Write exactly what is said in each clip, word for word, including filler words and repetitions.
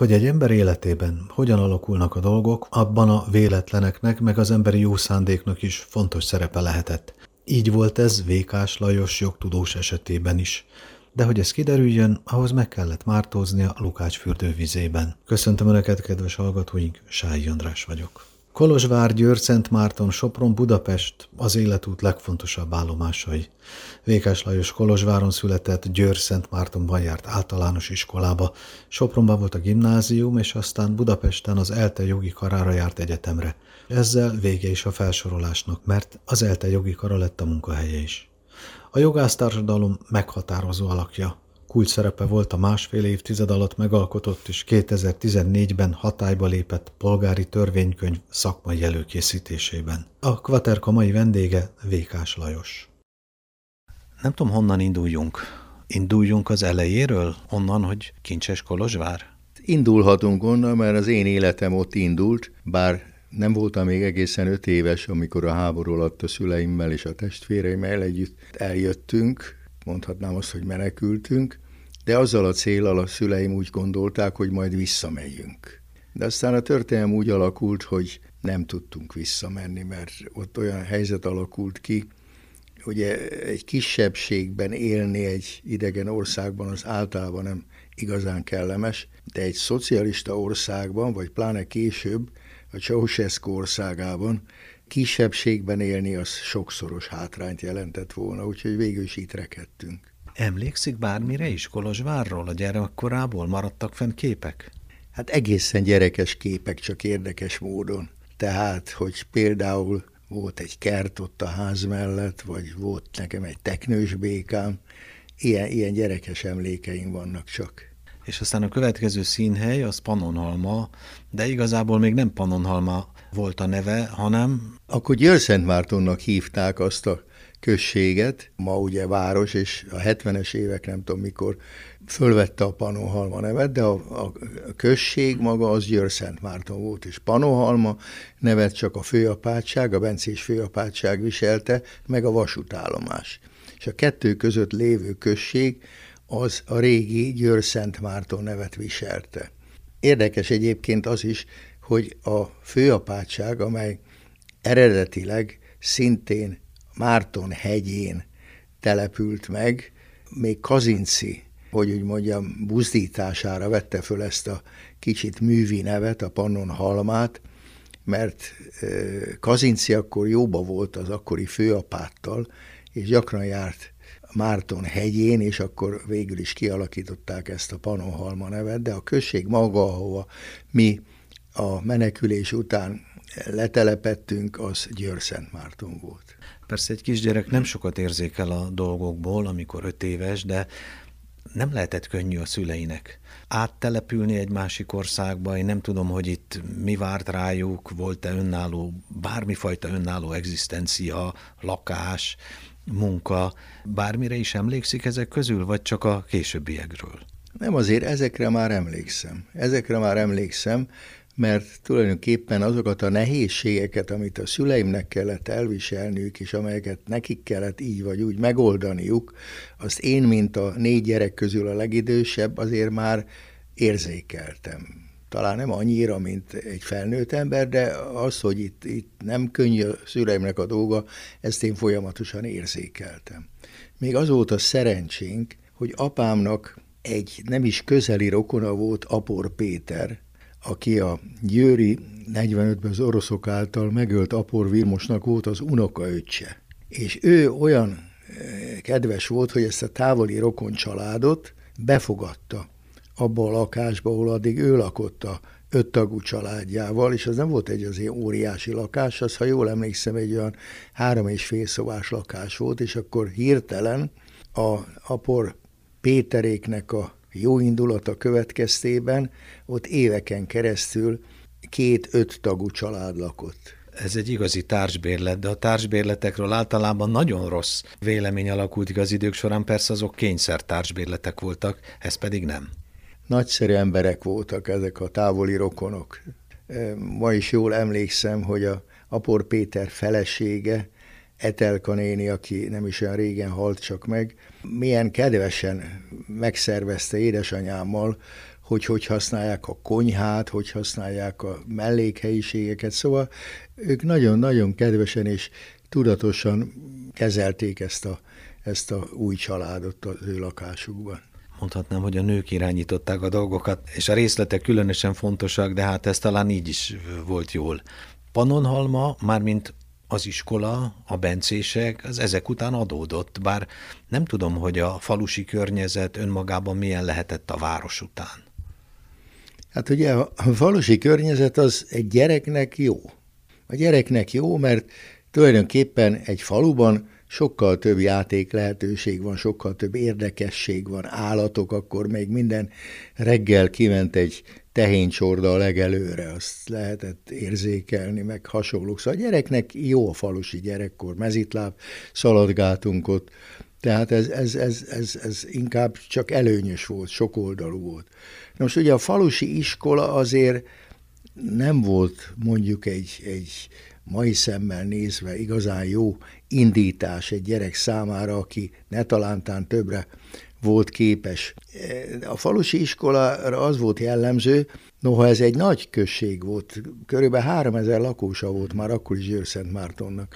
Hogy egy ember életében hogyan alakulnak a dolgok, abban a véletleneknek meg az emberi jó szándéknak is fontos szerepe lehetett. Így volt ez Vékás Lajos jogtudós esetében is. De hogy ez kiderüljön, ahhoz meg kellett mártóznia Lukács fürdővizében. Köszöntöm Önöket, kedves hallgatóink, Sályi András vagyok. Kolozsvár, Győr, Szentmárton, Sopron, Budapest az életút legfontosabb állomásai. Vékás Lajos Kolozsváron született, Győr, Szentmártonban járt általános iskolába, Sopronban volt a gimnázium, és aztán Budapesten az ELTE jogi karára járt egyetemre. Ezzel vége is a felsorolásnak, mert az ELTE jogi kara lett a munkahelye is. A jogásztársadalom meghatározó alakja. Kulcs szerepe volt a másfél évtized alatt megalkotott és kétezer-tizennégyben hatályba lépett polgári törvénykönyv szakmai előkészítésében. A Kvaterka mai vendége Vékás Lajos. Nem tudom, honnan induljunk. Induljunk az elejéről? Onnan, hogy kincses Kolozsvár? Indulhatunk onnan, mert az én életem ott indult, bár nem voltam még egészen öt éves, amikor a háború alatt a szüleimmel és a testvéreimmel együtt eljöttünk, mondhatnám azt, hogy menekültünk, de azzal a céllal a szüleim úgy gondolták, hogy majd visszamegyünk. De aztán a történelem úgy alakult, hogy nem tudtunk visszamenni, mert ott olyan helyzet alakult ki, hogy egy kisebbségben élni egy idegen országban az általában nem igazán kellemes, de egy szocialista országban, vagy pláne később, a Ceausescu országában kisebbségben élni az sokszoros hátrányt jelentett volna, úgyhogy végül is itt rekedtünk. Emlékszik bármire is Kolozsvárról, a gyerekkorából? Maradtak fenn képek? Hát egészen gyerekes képek, csak érdekes módon. Tehát, hogy például volt egy kert ott a ház mellett, vagy volt nekem egy teknős békám, ilyen, ilyen gyerekes emlékeim vannak csak. És aztán a következő színhely az Pannonhalma, de igazából még nem Pannonhalma volt a neve, hanem... Akkor Győr-Szentmártonnak hívták azt a községet, ma ugye város, és a hetvenes évek nem tudom mikor fölvette a Pannonhalma nevet, de a, a község maga az Győr-Szentmárton volt, és Pannonhalma nevet csak a főapátság, a bencés főapátság viselte, meg a vasútállomás. És a kettő között lévő község az a régi Győr-Szentmárton nevet viselte. Érdekes egyébként az is, hogy a főapátság, amely eredetileg szintén Márton hegyén települt meg, még Kazinczy, hogy úgy mondjam, buzdítására vette föl ezt a kicsit művi nevet, a Pannonhalmát, mert Kazinczy akkor jóba volt az akkori főapáttal, és gyakran járt Márton hegyén, és akkor végül is kialakították ezt a Pannonhalma nevet, de a község maga, ahova mi a menekülés után letelepettünk, az Győr-Szentmárton volt. Persze egy kisgyerek nem sokat érzékel a dolgokból, amikor öt éves, de nem lehetett könnyű a szüleinek áttelepülni egy másik országba. Én nem tudom, hogy itt mi várt rájuk, volt-e önálló, bármifajta önálló egzisztencia, lakás, munka, bármire is emlékszik ezek közül, vagy csak a későbbiekről? Nem, azért ezekre már emlékszem. Ezekre már emlékszem, mert tulajdonképpen azokat a nehézségeket, amit a szüleimnek kellett elviselniük, és amelyeket nekik kellett így vagy úgy megoldaniuk, azt én, mint a négy gyerek közül a legidősebb, azért már érzékeltem. Talán nem annyira, mint egy felnőtt ember, de az, hogy itt, itt nem könnyű a szüleimnek a dolga, ezt én folyamatosan érzékeltem. Még az volt a szerencsénk, hogy apámnak egy nem is közeli rokona volt, Apor Péter, aki a győri negyvenötben az oroszok által megölt Apor Vilmosnak volt az unokaöccse. És ő olyan kedves volt, hogy ezt a távoli rokon családot befogadta abba a lakásba, ahol addig ő lakott a öttagú családjával, és az nem volt egy azért óriási lakás, az, ha jól emlékszem, egy olyan három és fél szobás lakás volt, és akkor hirtelen a Apor Péteréknek a jó indulata következtében ott éveken keresztül két öt tagú család lakott. Ez egy igazi társbérlet, de a társbérletekről általában nagyon rossz vélemény alakult ki az idők során, persze azok kényszer társbérletek voltak, ez pedig nem. Nagyszerű emberek voltak ezek a távoli rokonok. Ma is jól emlékszem, hogy a Apor Péter felesége, Etelka néni, aki nem is olyan régen halt csak meg, milyen kedvesen megszervezte édesanyámmal, hogy hogy használják a konyhát, hogy használják a mellékhelyiségeket. Szóval ők nagyon-nagyon kedvesen és tudatosan kezelték ezt a, ezt a új családot az ő lakásukban. Mondhatnám, hogy a nők irányították a dolgokat, és a részletek különösen fontosak, de hát ez talán így is volt jól. Pannonhalma, mármint az iskola, a bencések, az ezek után adódott, bár nem tudom, hogy a falusi környezet önmagában milyen lehetett a város után. Hát ugye a falusi környezet az egy gyereknek jó. A gyereknek jó, mert tulajdonképpen egy faluban sokkal több játék lehetőség van, sokkal több érdekesség van, állatok, akkor még minden reggel kiment egy tehéncsorda a legelőre, azt lehetett érzékelni, meg hasonlók. Szóval a gyereknek jó a falusi gyerekkor, mezitláb, szaladgáltunk ott, tehát ez, ez, ez, ez, ez inkább csak előnyös volt, sokoldalú volt. Na most ugye a falusi iskola azért nem volt mondjuk egy, egy mai szemmel nézve igazán jó indítás egy gyerek számára, aki ne talántán többre volt képes. A falusi iskolára az volt jellemző, noha ez egy nagy község volt, körülbelül háromezer lakósa volt már akkor is Győr-Szentmártonnak,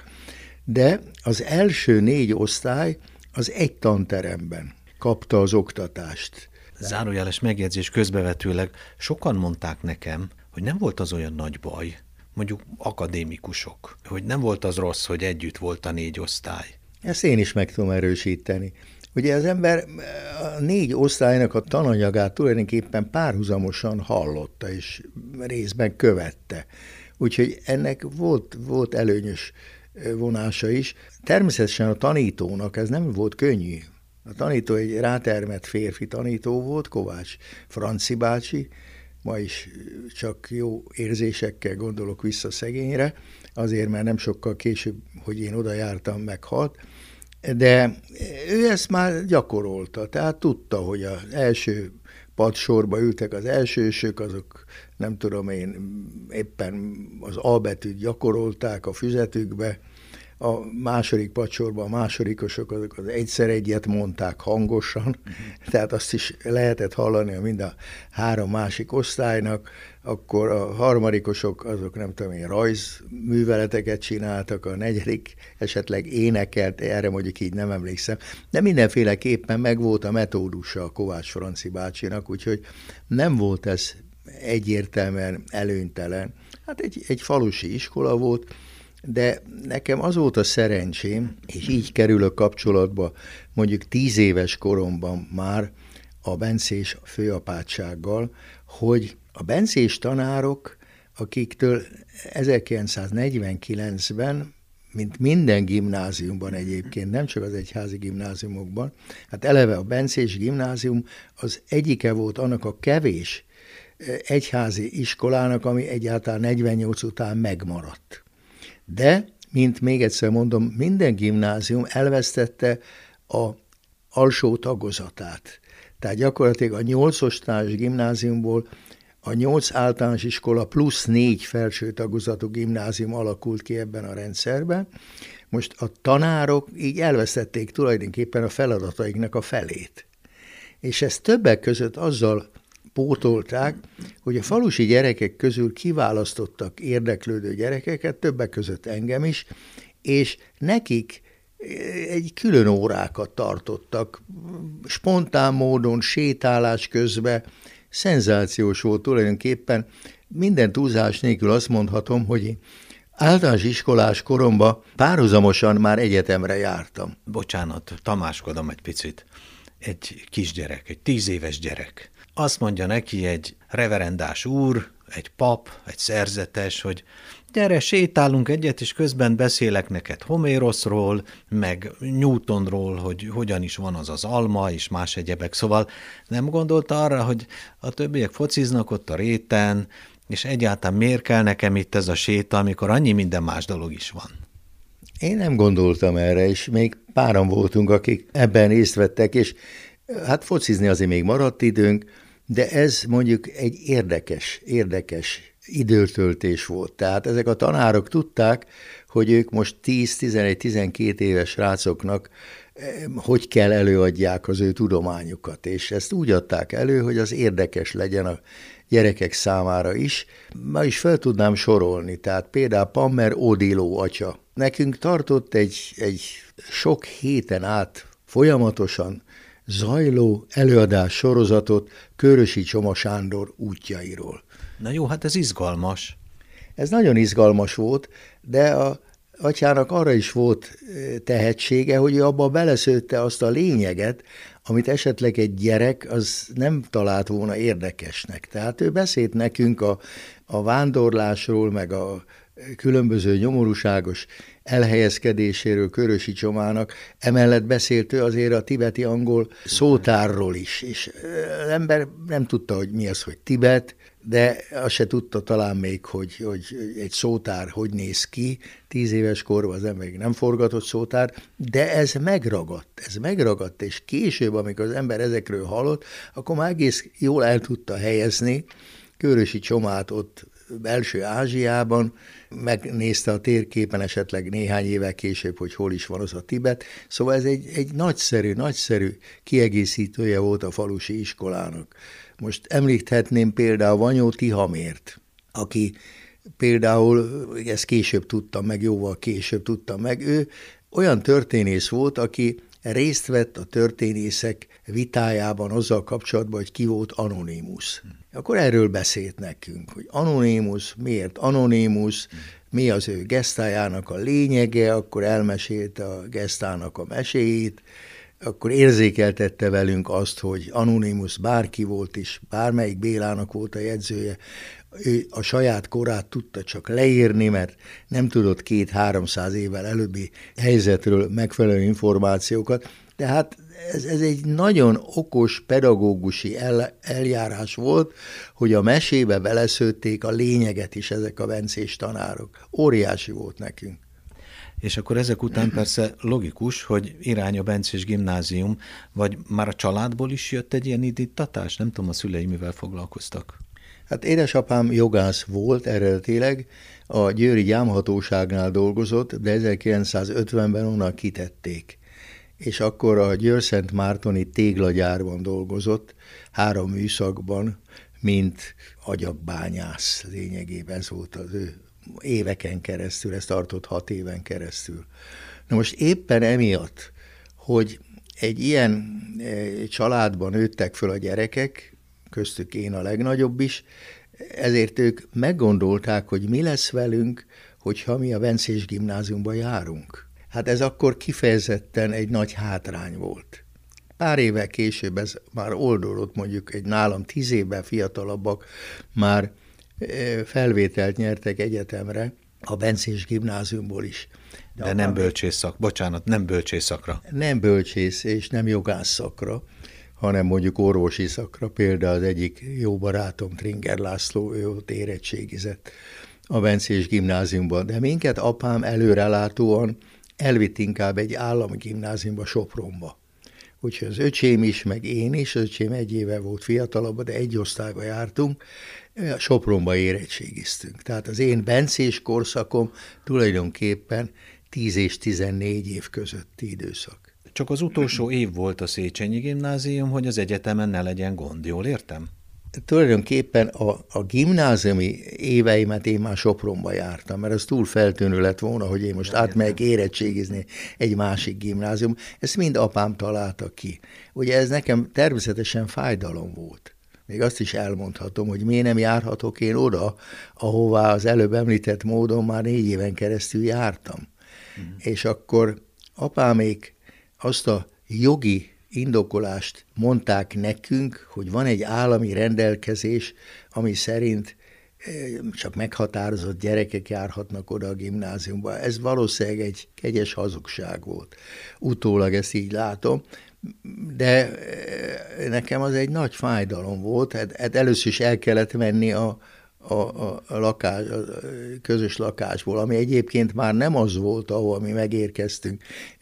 de az első négy osztály az egy tanteremben kapta az oktatást. Zárójeles megjegyzés közbevetőleg sokan mondták nekem, hogy nem volt az olyan nagy baj, mondjuk akadémikusok, hogy nem volt az rossz, hogy együtt volt a négy osztály. Ezt én is meg tudom erősíteni. Ugye az ember a négy osztálynak a tananyagát tulajdonképpen párhuzamosan hallotta, és részben követte. Úgyhogy ennek volt, volt előnyös vonása is. Természetesen a tanítónak ez nem volt könnyű. A tanító egy rátermett férfi tanító volt, Kovács Franci bácsi, ma is csak jó érzésekkel gondolok vissza szegényre, azért, mert nem sokkal később, hogy én oda jártam, meghalt, de ő ezt már gyakorolta, tehát tudta, hogy az első padsorba ültek az elsősök, azok nem tudom én, éppen az A betűt gyakorolták a füzetükbe, a második padsorban a másodikosok azok az egyszer egyet mondták hangosan, uh-huh. Tehát azt is lehetett hallani a mind a három másik osztálynak, akkor a harmadikosok azok nem tudom én rajzműveleteket csináltak, a negyedik esetleg énekelt, erre mondjuk így nem emlékszem, de mindenféleképpen meg volt a metódusa a Kovács Franci bácsinak, úgyhogy nem volt ez egyértelműen előnytelen. Hát egy, egy falusi iskola volt, de nekem az volt a szerencsém, és így kerülök kapcsolatba mondjuk tíz éves koromban már a bencés főapátsággal, hogy a bencés tanárok, akiktől ezerkilencszáznegyvenkilencben, mint minden gimnáziumban egyébként, nem csak az egyházi gimnáziumokban, hát eleve a bencés gimnázium az egyike volt annak a kevés egyházi iskolának, ami egyáltalán negyvennyolc után megmaradt. De, mint még egyszer mondom, minden gimnázium elvesztette a alsó tagozatát. Tehát gyakorlatilag a nyolc osztályos gimnáziumból a nyolc általános iskola plusz négy felső tagozatú gimnázium alakult ki ebben a rendszerben. Most a tanárok így elvesztették tulajdonképpen a feladataiknak a felét. És ezt többek között azzal pótolták, hogy a falusi gyerekek közül kiválasztottak érdeklődő gyerekeket, többek között engem is, és nekik egy külön órákat tartottak, spontán módon, sétálás közben, szenzációs volt tulajdonképpen. Minden túlzás nélkül azt mondhatom, hogy én általános iskolás koromban párhuzamosan már egyetemre jártam. Bocsánat, tamáskodom egy picit. Egy kisgyerek, egy tíz éves gyerek. Azt mondja neki egy reverendás úr, egy pap, egy szerzetes, hogy gyere, sétálunk egyet, és közben beszélek neked Homéroszról, meg Newtonról, hogy hogyan is van az az alma, és más egyebek. Szóval nem gondolta arra, hogy a többiek fociznak ott a réten, és egyáltalán miért kell nekem itt ez a séta, amikor annyi minden más dolog is van. Én nem gondoltam erre, és még páran voltunk, akik ebben részt vettek, és hát focizni azért még maradt időnk, de ez mondjuk egy érdekes, érdekes időtöltés volt. Tehát ezek a tanárok tudták, hogy ők most tíz, tizenegy, tizenkét éves srácoknak hogy kell előadják az ő tudományukat, és ezt úgy adták elő, hogy az érdekes legyen a gyerekek számára is. Ma is fel tudnám sorolni, tehát például Pammer Odiló atya. Nekünk tartott egy, egy sok héten át folyamatosan zajló előadás sorozatot Körösi Csoma Sándor útjairól. Na jó, hát ez izgalmas. Ez nagyon izgalmas volt, de a atyának arra is volt tehetsége, hogy ő abba beleszőtte azt a lényeget, amit esetleg egy gyerek az nem talált volna érdekesnek. Tehát ő beszélt nekünk a, a vándorlásról, meg a különböző nyomorúságos elhelyezkedéséről Körösi Csomának, emellett beszélt ő azért a tibeti angol szótárról is, és az ember nem tudta, hogy mi az, hogy Tibet, de azt se tudta talán még, hogy, hogy egy szótár hogy néz ki. Tíz éves korban az ember még nem forgatott szótár, de ez megragadt, ez megragadt, és később, amikor az ember ezekről hallott, akkor már egész jól el tudta helyezni Körösi Csomát ott belső Ázsiában, megnézte a térképen esetleg néhány évvel később, hogy hol is van az a Tibet. Szóval ez egy, egy nagyszerű, nagyszerű kiegészítője volt a falusi iskolának. Most említhetném például Vanyó Tihamért, aki például, ezt később tudtam meg, jóval később tudtam meg, ő olyan történész volt, aki részt vett a történészek vitájában azzal kapcsolatban, hogy ki volt Anonymus. Akkor erről beszélt nekünk, hogy Anonymus, miért Anonymus, mi az ő gesztájának a lényege, akkor elmesélte a gesztának a meséjét, akkor érzékeltette velünk azt, hogy Anonymus bárki volt is, bármelyik Bélának volt a jegyzője, ő a saját korát tudta csak leírni, mert nem tudott két-háromszáz évvel előbbi helyzetről megfelelő információkat. Tehát ez, ez egy nagyon okos pedagógusi el, eljárás volt, hogy a mesébe beleszőtték a lényeget is ezek a bencés tanárok. Óriási volt nekünk. És akkor ezek után persze logikus, hogy irány a bencés gimnázium, vagy már a családból is jött egy ilyen indítatás? Nem tudom, a szülei mivel foglalkoztak. Hát édesapám jogász volt eredetileg, a győri gyámhatóságnál dolgozott, de ezerkilencszázötvenben onnan kitették. És akkor a Győr-Szent-Mártoni téglagyárban dolgozott, három műszakban, mint agyagbányász lényegében. Ez volt az ő éveken keresztül, ez tartott hat éven keresztül. Na most éppen emiatt, hogy egy ilyen családban nőttek föl a gyerekek, köztük én a legnagyobb is, ezért ők meggondolták, hogy mi lesz velünk, hogyha mi a bencés gimnáziumba járunk. Hát ez akkor kifejezetten egy nagy hátrány volt. Pár évvel később ez már oldódott, mondjuk egy nálam tíz évben fiatalabbak már felvételt nyertek egyetemre a bencés gimnáziumból is. De, De nem bölcsészszak, bocsánat, nem bölcsészszakra. Nem bölcsész és nem jogászszakra, hanem mondjuk orvosi szakra. Például az egyik jó barátom, Tringer László, ő ott érettségizett a bencés gimnáziumban. De minket apám előrelátóan elvitt inkább egy állami gimnáziumba, Sopronba. Úgyhogy az öcsém is, meg én is, az öcsém egy éve volt fiatalabb, de egy osztályba jártunk, Sopronba érettségiztünk. Tehát az én bencés korszakom tulajdonképpen tíz és tizennégy év közötti időszak. Csak az utolsó év volt a Széchenyi gimnázium, hogy az egyetemen ne legyen gond, jól értem? Tulajdonképpen a, a gimnáziumi éveimet én már Sopronba jártam, mert az túl feltűnő lett volna, hogy én most átmegyek érettségizni egy másik gimnázium. Ezt mind apám találta ki. Ugye ez nekem természetesen fájdalom volt. Még azt is elmondhatom, hogy miért nem járhatok én oda, ahová az előbb említett módon már négy éven keresztül jártam. Mm. És akkor apámék azt a jogi indokolást mondták nekünk, hogy van egy állami rendelkezés, ami szerint csak meghatározott gyerekek járhatnak oda a gimnáziumba. Ez valószínűleg egy kegyes hazugság volt. Utólag ezt így látom, de nekem az egy nagy fájdalom volt. Hát először is el kellett menni a, a, a, a, lakás, a közös lakásból, ami egyébként már nem az volt, ahol mi megérkeztünk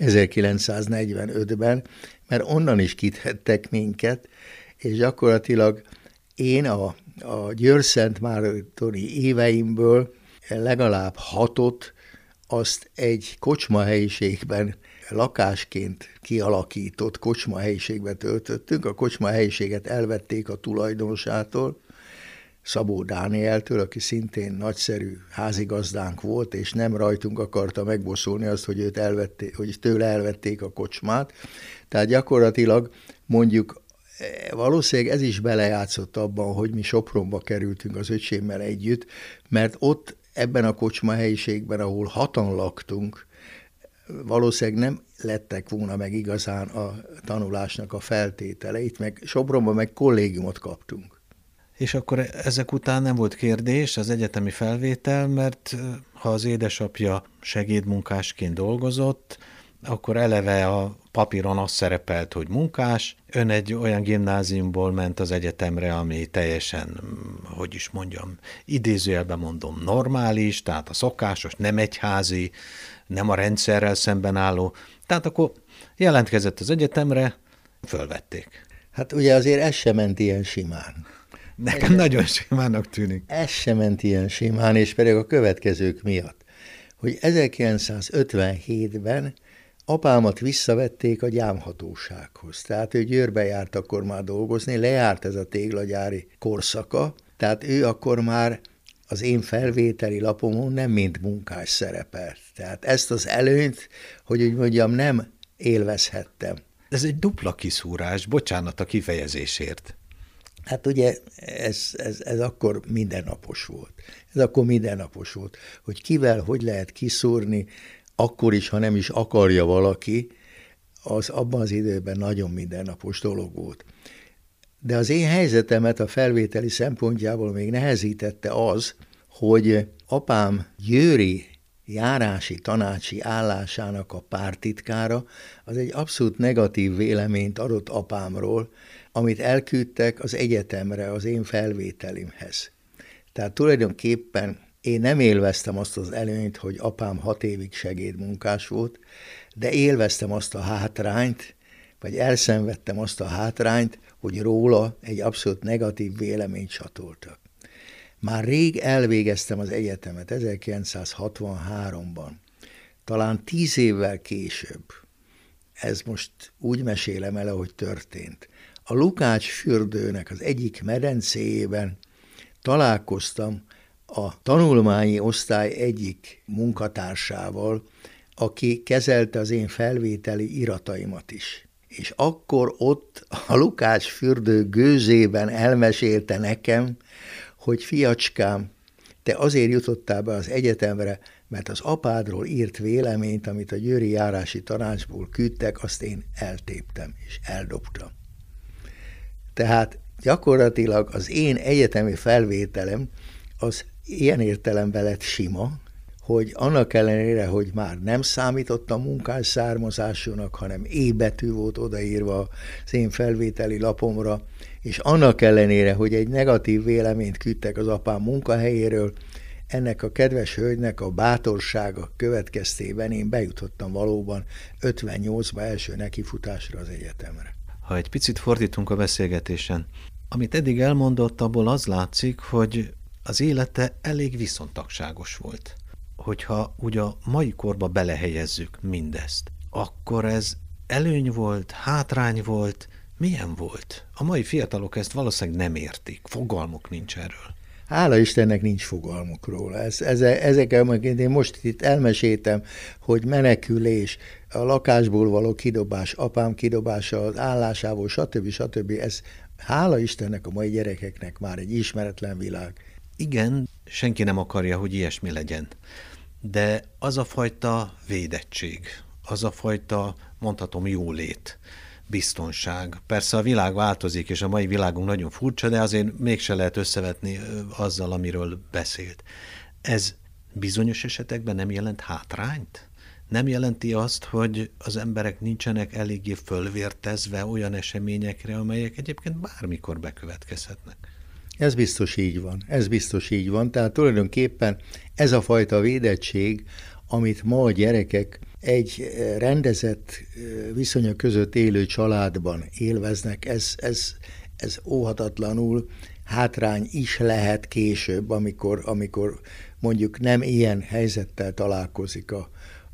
ezerkilencszáznegyvenötben, mert onnan is kitettek minket, és gyakorlatilag én a, a Győr-Szent-Mártoni éveimből legalább hatot azt egy kocsmahelyiségben lakásként kialakított kocsma helyiségbe töltöttünk. A kocsma helyiséget elvették a tulajdonosától, Szabó Dánieltől, aki szintén nagyszerű házigazdánk volt, és nem rajtunk akarta megbosszulni azt, hogy, őt elvették, hogy tőle elvették a kocsmát. Tehát gyakorlatilag mondjuk valószínűleg ez is belejátszott abban, hogy mi Sopronba kerültünk az öcsémmel együtt, mert ott ebben a kocsma helyiségben, ahol hatan laktunk, valószínűleg nem lettek volna meg igazán a tanulásnak a feltételeit, meg Sopronban meg kollégiumot kaptunk. És akkor ezek után nem volt kérdés az egyetemi felvétel, mert ha az édesapja segédmunkásként dolgozott, akkor eleve a papíron az szerepelt, hogy munkás. Ön egy olyan gimnáziumból ment az egyetemre, ami teljesen, hogy is mondjam, idézőjelben mondom, normális, tehát a szokásos, nem egyházi, nem a rendszerrel szemben álló. Tehát akkor jelentkezett az egyetemre, fölvették. Hát ugye azért ez sem ment ilyen simán. Nekem ez nagyon simának tűnik. Ez sem ment ilyen simán, és pedig a következők miatt, hogy ezerkilencszázötvenhétben apámat visszavették a gyámhatósághoz. Tehát ő Győrbe járt akkor már dolgozni, lejárt ez a téglagyári korszaka, tehát ő akkor már az én felvételi lapomon nem mint munkás szerepelt. Tehát ezt az előnyt, hogy úgy mondjam, nem élvezhettem. Ez egy dupla kiszúrás, bocsánat a kifejezésért. Hát ugye ez, ez, ez akkor mindennapos volt. Ez akkor mindennapos volt, hogy kivel hogy lehet kiszúrni, akkor is, ha nem is akarja valaki, az abban az időben nagyon mindennapos dolog volt. De az én helyzetemet a felvételi szempontjából még nehezítette az, hogy apám győri járási tanácsi állásának a pártitkára az egy abszolút negatív véleményt adott apámról, amit elküldtek az egyetemre az én felvételimhez. Tehát tulajdonképpen én nem élveztem azt az előnyt, hogy apám hat évig segédmunkás volt, de élveztem azt a hátrányt, vagy elszenvedtem azt a hátrányt, hogy róla egy abszolút negatív véleményt csatoltak. Már rég elvégeztem az egyetemet, ezerkilencszázhatvanháromban, talán tíz évvel később, ez most úgy mesélem el, ahogy történt. A Lukács fürdőnek az egyik medencéjében találkoztam a tanulmányi osztály egyik munkatársával, aki kezelte az én felvételi irataimat is. És akkor ott a Lukács fürdő gőzében elmesélte nekem, hogy fiacskám, te azért jutottál be az egyetemre, mert az apádról írt véleményt, amit a győri járási tanácsból küldtek, azt én eltéptem és eldobtam. Tehát gyakorlatilag az én egyetemi felvételem az ilyen értelemben lett sima, hogy annak ellenére, hogy már nem számítottam munkás származásúnak, hanem E betű volt odaírva az én felvételi lapomra, és annak ellenére, hogy egy negatív véleményt küldtek az apám munkahelyéről, ennek a kedves hölgynek a bátorsága következtében én bejutottam valóban ötvennyolcba első nekifutásra az egyetemre. Ha egy picit fordítunk a beszélgetésen, amit eddig elmondott, abból az látszik, hogy az élete elég viszontagságos volt. Hogyha ugye a mai korba belehelyezzük mindezt, akkor ez előny volt, hátrány volt, milyen volt? A mai fiatalok ezt valószínűleg nem értik, fogalmuk nincs erről. Hála Istennek nincs fogalmuk róla. Ez, ez, ezekkel én most itt elmeséltem, hogy menekülés, a lakásból való kidobás, apám kidobása az állásából, stb. stb. Ez hála Istennek a mai gyerekeknek már egy ismeretlen világ. Igen, senki nem akarja, hogy ilyesmi legyen. De az a fajta védettség, az a fajta, mondhatom, jólét, biztonság. Persze a világ változik, és a mai világunk nagyon furcsa, de azért mégse lehet összevetni azzal, amiről beszélt. Ez bizonyos esetekben nem jelent hátrányt? Nem jelenti azt, hogy az emberek nincsenek eléggé fölvértezve olyan eseményekre, amelyek egyébként bármikor bekövetkezhetnek? Ez biztos így van, ez biztos így van. Tehát tulajdonképpen ez a fajta védettség, amit ma a gyerekek egy rendezett viszonyok között élő családban élveznek, ez, ez, ez óhatatlanul hátrány is lehet később, amikor, amikor mondjuk nem ilyen helyzettel találkozik a,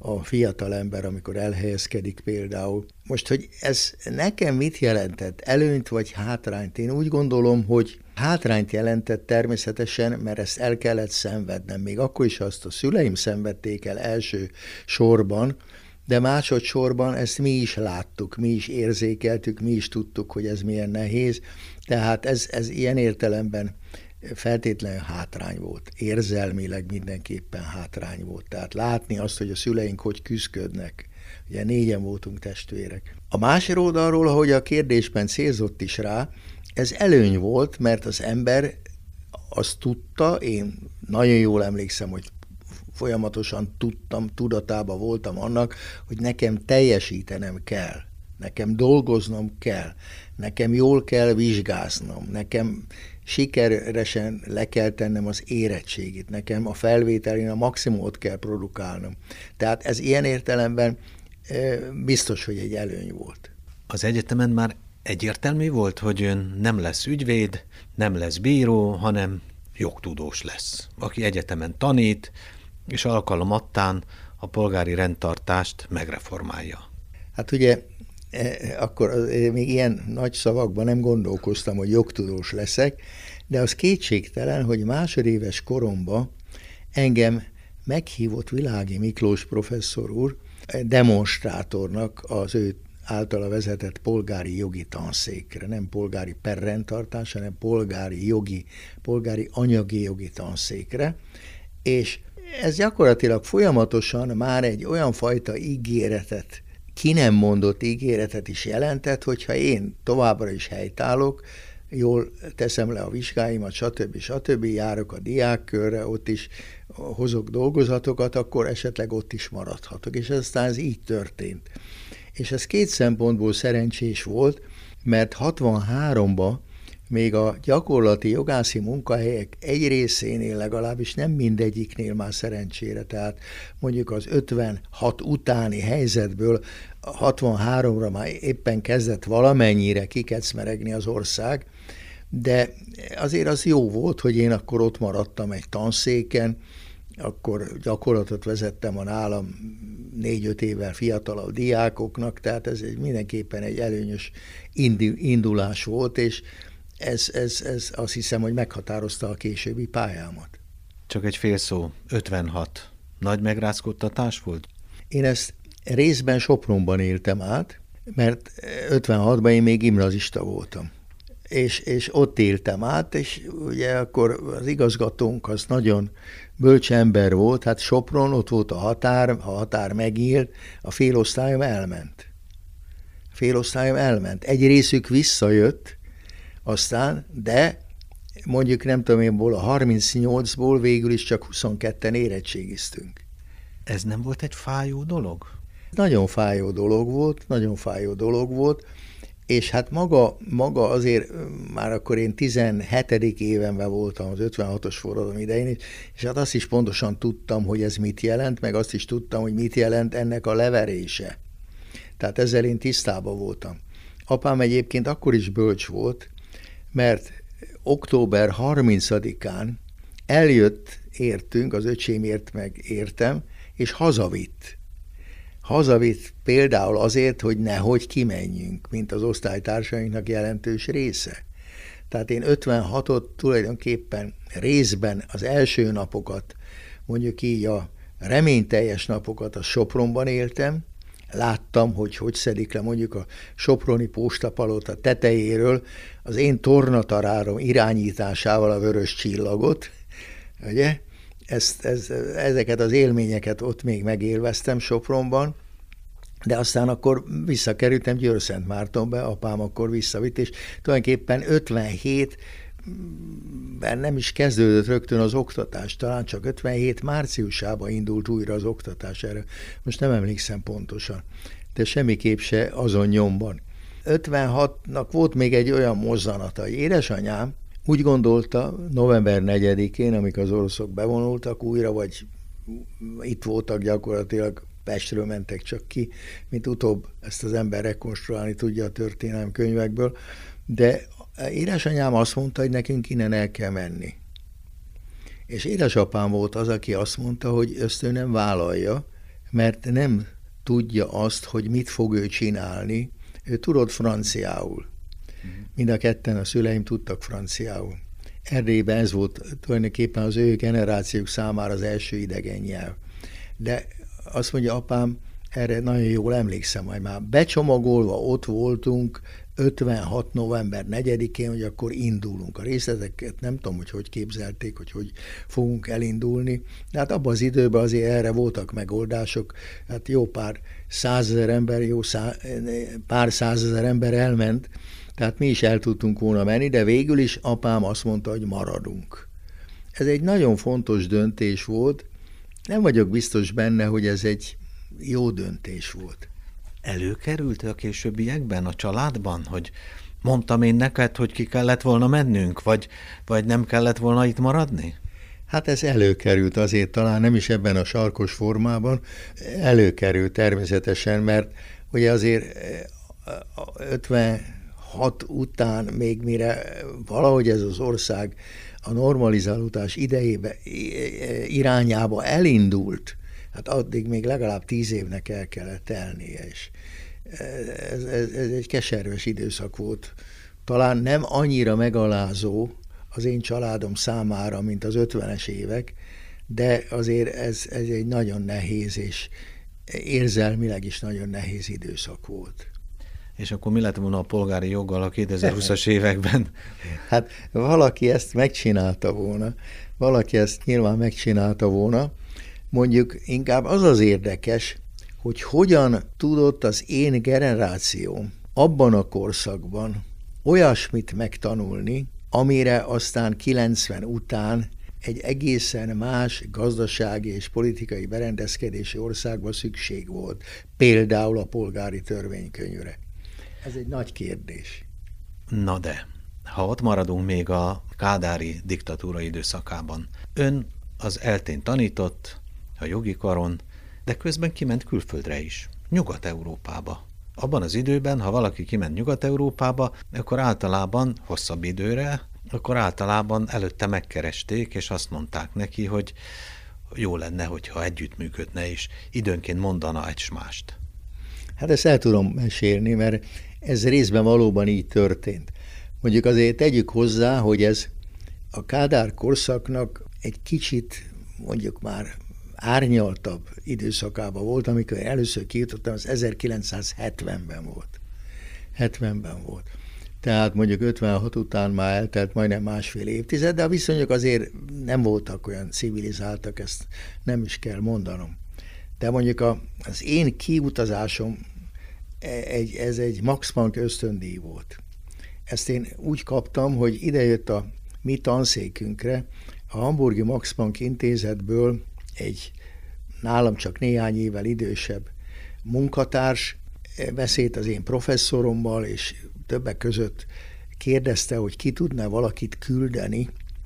a fiatal ember, amikor elhelyezkedik például. Most, hogy ez nekem mit jelentett, előnyt vagy hátrányt? Én úgy gondolom, hogy hátrányt jelentett természetesen, mert ezt el kellett szenvednem. Még akkor is, ha azt a szüleim szenvedték el első sorban, de másodszorban ezt mi is láttuk, mi is érzékeltük, mi is tudtuk, hogy ez milyen nehéz. Tehát ez, ez ilyen értelemben feltétlenül hátrány volt. Érzelmileg mindenképpen hátrány volt. Tehát látni azt, hogy a szüleink hogy küzdködnek. Ugye négyen voltunk testvérek. A másik oldalról, ahogy a kérdésben célzott is rá, ez előny volt, mert az ember azt tudta, én nagyon jól emlékszem, hogy folyamatosan tudtam, tudatában voltam annak, hogy nekem teljesítenem kell, nekem dolgoznom kell, nekem jól kell vizsgáznom, nekem sikeresen le kell tennem az érettségit, nekem a felvételén a maximumot kell produkálnom. Tehát ez ilyen értelemben biztos, hogy egy előny volt. Az egyetemen már egyértelmű volt, hogy ön nem lesz ügyvéd, nem lesz bíró, hanem jogtudós lesz, aki egyetemen tanít, és alkalomattán a polgári rendtartást megreformálja. Hát ugye akkor még ilyen nagy szavakban nem gondolkoztam, hogy jogtudós leszek, de az kétségtelen, hogy másodéves koromban engem meghívott Világi Miklós professzor úr demonstrátornak az ő általa vezetett polgári jogi tanszékre, nem polgári perrendtartás, hanem polgári jogi, polgári anyagi jogi tanszékre, és ez gyakorlatilag folyamatosan már egy olyan fajta ígéretet, ki nem mondott ígéretet is jelentett, hogyha én továbbra is helytállok, jól teszem le a vizsgáimat, stb. stb. Járok a diákkörre, ott is hozok dolgozatokat, akkor esetleg ott is maradhatok. És aztán ez így történt. És ez két szempontból szerencsés volt, mert hatvanháromban még a gyakorlati jogászi munkahelyek egy részénél legalábbis nem mindegyiknél már szerencsére, tehát mondjuk az ötvenhat utáni helyzetből hatvanháromra már éppen kezdett valamennyire kikecmeregni az ország, de azért az jó volt, hogy én akkor ott maradtam egy tanszéken, akkor gyakorlatot vezettem a nálam négy-öt évvel fiatalabb diákoknak, tehát ez egy, mindenképpen egy előnyös indulás volt, és ez, ez, ez azt hiszem, hogy meghatározta a későbbi pályámat. Csak egy fél szó, ötvenhat. Nagy megrázkódtatás volt? Én ezt részben Sopronban éltem át, mert ötvenhatban én még gimnazista voltam. És, és ott éltem át, és ugye akkor az igazgatónk az nagyon bölcs ember volt, hát Sopron, ott volt a határ, a határ megnyílt, a félosztályom elment. A félosztályom elment. Egy részük visszajött, aztán, de mondjuk nem tudom én, a harmincnyolcból végül is csak huszonketten érettségiztünk. Ez nem volt egy fájó dolog? Nagyon fájó dolog volt, nagyon fájó dolog volt, és hát maga, maga azért már akkor én tizenhetedik évenben voltam az ötvenhatos forradalom idején, és hát azt is pontosan tudtam, hogy ez mit jelent, meg azt is tudtam, hogy mit jelent ennek a leverése. Tehát ezzel én tisztában voltam. Apám egyébként akkor is bölcs volt, mert október harmincadikán eljött értünk, az öcsémért meg értem, és hazavitt. Hazavitt például azért, hogy nehogy kimenjünk, mint az osztálytársainknak jelentős része. Tehát én ötvenhatot tulajdonképpen részben az első napokat, mondjuk így a reményteljes napokat a Sopronban éltem, láttam, hogy hogy szedik le mondjuk a soproni postapalota tetejéről az én tornatarárom irányításával a vörös csillagot, ugye? Ezt, ez, ezeket az élményeket ott még megélveztem Sopronban, de aztán akkor visszakerültem Győr-Szentmártonba, apám akkor visszavitt, és tulajdonképpen ötvenhétben nem is kezdődött rögtön az oktatás, talán csak ötvenhét márciusában indult újra az oktatás erre. Most nem emlékszem pontosan, de semmiképp se azon nyomban. ötvenhatnak volt még egy olyan mozzanata, hogy édesanyám úgy gondolta november negyedikén, amikor az oroszok bevonultak újra, vagy itt voltak gyakorlatilag, Pestről mentek csak ki, mint utóbb ezt az ember rekonstruálni tudja a történelmi könyvekből, de édesanyám azt mondta, hogy nekünk innen el kell menni. És édesapám volt az, aki azt mondta, hogy ezt ő nem vállalja, mert nem tudja azt, hogy mit fog ő csinálni. Ő tudott franciául. Mind a ketten a szüleim tudtak franciául. Erdélyben ez volt tulajdonképpen az ő generációk számára az első idegen nyelv. De azt mondja apám, erre nagyon jól emlékszem, hogy már becsomagolva ott voltunk ötvenhat november negyedikén, hogy akkor indulunk. A részleteket nem tudom, hogy hogy képzelték, hogy hogy fogunk elindulni, de hát abban az időben azért erre voltak megoldások. Hát jó pár százezer ember, jó szá, pár százezer ember elment, tehát mi is el tudtunk volna menni, de végül is apám azt mondta, hogy maradunk. Ez egy nagyon fontos döntés volt, nem vagyok biztos benne, hogy ez egy jó döntés volt. Előkerült a későbbiekben a családban, hogy mondtam én neked, hogy ki kellett volna mennünk, vagy, vagy nem kellett volna itt maradni? Hát ez előkerült azért, talán nem is ebben a sarkos formában, előkerült természetesen, mert ugye azért ötvenhat után még mire valahogy ez az ország a normalizálódás idejébe, irányába elindult, hát addig még legalább tíz évnek el kellett telnie, és ez, ez, ez egy keserves időszak volt. Talán nem annyira megalázó az én családom számára, mint az ötvenes évek, de azért ez, ez egy nagyon nehéz, és érzelmileg is nagyon nehéz időszak volt. És akkor mi lett volna a polgári joggal a kétezer-húszas években? Hát valaki ezt megcsinálta volna, valaki ezt nyilván megcsinálta volna. Mondjuk inkább az az érdekes, hogy hogyan tudott az én generációm abban a korszakban olyasmit megtanulni, amire aztán kilencven után egy egészen más gazdasági és politikai berendezkedési országban szükség volt. Például a polgári törvénykönyvre. Ez egy nagy kérdés. Na de, ha ott maradunk még a kádári diktatúra időszakában, ön az eltén tanított, a jogi karon, de közben kiment külföldre is, Nyugat-Európába. Abban az időben, ha valaki kiment Nyugat-Európába, akkor általában hosszabb időre, akkor általában előtte megkeresték, és azt mondták neki, hogy jó lenne, hogyha együttműködne, és időnként mondana egy mást. Hát ezt el tudom mesélni, mert ez részben valóban így történt. Mondjuk azért tegyük hozzá, hogy ez a Kádár korszaknak egy kicsit, mondjuk már árnyaltabb időszakában volt, amikor először kijutottam, az ezerkilencszázhetvenben volt. hetvenben volt. Tehát mondjuk ötvenhat után már eltelt majdnem másfél évtized, de a viszonyok azért nem voltak olyan civilizáltak, ezt nem is kell mondanom. De mondjuk a, az én kiutazásom, egy, ez egy Max Planck ösztöndíj volt. Ezt én úgy kaptam, hogy idejött a mi tanszékünkre a Hamburgi Max Planck intézetből egy nálam csak néhány évvel idősebb munkatárs, beszélt az én professzorommal, és többek között kérdezte, hogy ki tudna valakit küldeni,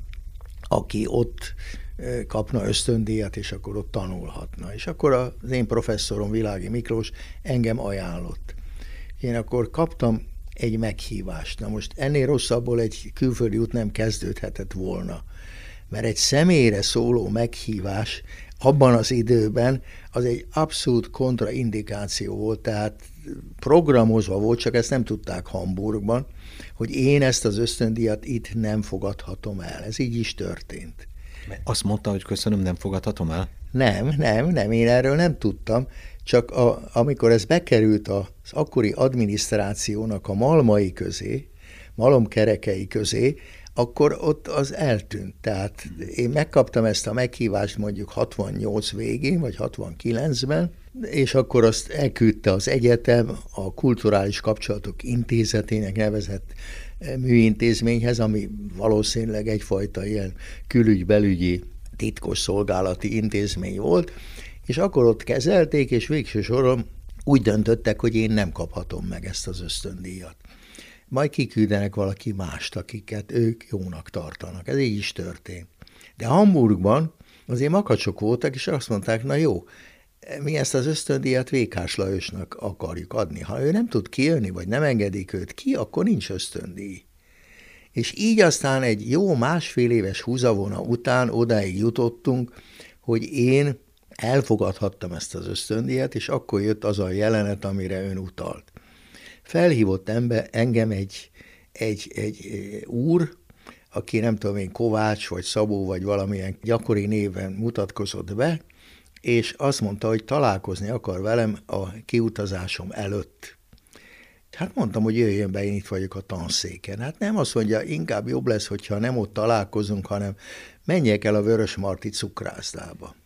aki ott kapna ösztöndíjat, és akkor ott tanulhatna. És akkor az én professzorom, Világi Miklós engem ajánlott. Én akkor kaptam egy meghívást. Na most ennél rosszabbból egy külföldi út nem kezdődhetett volna. Mert egy személyre szóló meghívás abban az időben az egy abszolút kontraindikáció volt, tehát programozva volt, csak ezt nem tudták Hamburgban, hogy én ezt az ösztöndíjat itt nem fogadhatom el. Ez így is történt. Azt mondta, hogy köszönöm, nem fogadhatom el? Nem, nem, nem, én erről nem tudtam, csak a, amikor ez bekerült az akkori adminisztrációnak a malmai közé, malomkerekei közé, akkor ott az eltűnt. Tehát én megkaptam ezt a meghívást mondjuk hatvannyolc végén, vagy hatvankilencben, és akkor azt elküldte az egyetem a Kulturális Kapcsolatok Intézetének nevezett műintézményhez, ami valószínűleg egyfajta ilyen külügy-belügyi titkos szolgálati intézmény volt, és akkor ott kezelték, és végső soron úgy döntöttek, hogy én nem kaphatom meg ezt az ösztöndíjat. Majd kiküldenek valaki mást, akiket ők jónak tartanak. Ez így is történt. De Hamburgban azért makacsok voltak, és azt mondták, na jó, mi ezt az ösztöndíjat Vékás Lajosnak akarjuk adni. Ha ő nem tud kijönni, vagy nem engedik őt ki, akkor nincs ösztöndíj. És így aztán egy jó másfél éves húzavona után odáig jutottunk, hogy én elfogadhattam ezt az ösztöndíjat, és akkor jött az a jelenet, amire ön utalt. Felhívott ember, engem egy, egy, egy úr, aki nem tudom én, Kovács, vagy Szabó, vagy valamilyen gyakori néven mutatkozott be, és azt mondta, hogy találkozni akar velem a kiutazásom előtt. Hát mondtam, hogy jöjjön be, én itt vagyok a tanszéken. Hát nem, azt mondja, inkább jobb lesz, hogyha nem ott találkozunk, hanem menjek el a Vörösmarty cukrászdába.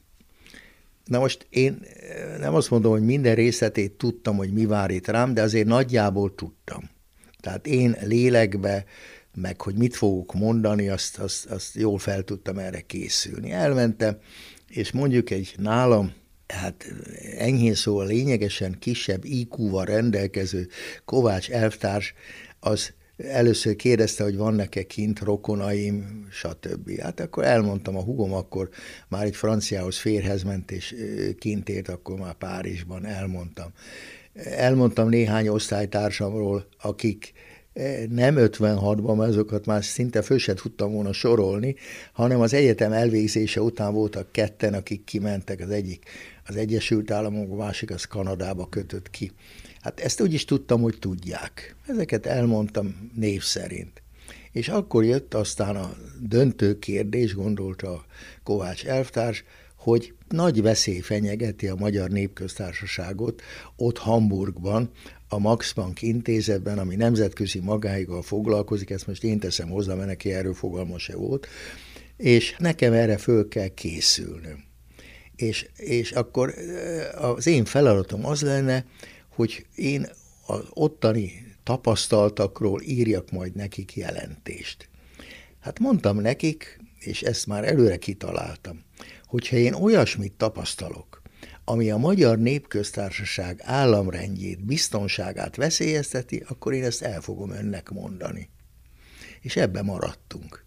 Na most én nem azt mondom, hogy minden részletét tudtam, hogy mi vár itt rám, de azért nagyjából tudtam. Tehát én lélekbe, meg hogy mit fogok mondani, azt, azt, azt jól fel tudtam erre készülni. Elmentem, és mondjuk egy nálam, hát enyhén szóval lényegesen kisebb í kúval rendelkező Kovács elvtárs, az először kérdezte, hogy vannak-e kint rokonaim, stb. Hát akkor elmondtam, a húgom akkor már itt franciához férhez ment, és kint ért, akkor már Párizsban elmondtam. Elmondtam néhány osztálytársamról, akik nem ötvenhatban, mert azokat már szinte föl se tudtam volna sorolni, hanem az egyetem elvégzése után voltak ketten, akik kimentek, az egyik az Egyesült Államok, a másik az Kanadába kötött ki. Hát ezt úgy is tudtam, hogy tudják. Ezeket elmondtam név szerint. És akkor jött aztán a döntő kérdés, gondolta a Kovács elvtárs, hogy nagy veszély fenyegeti a Magyar Népköztársaságot ott Hamburgban, a Max Planck intézetben, ami nemzetközi magáival foglalkozik, ezt most én teszem hozzá, mert neki erről fogalma se volt, és nekem erre föl kell készülnöm. És, és akkor az én feladatom az lenne, hogy én az ottani tapasztaltakról írjak majd nekik jelentést. Hát mondtam nekik, és ezt már előre kitaláltam, hogyha én olyasmit tapasztalok, ami a Magyar Népköztársaság államrendjét, biztonságát veszélyezteti, akkor én ezt el fogom önnek mondani. És ebbe maradtunk.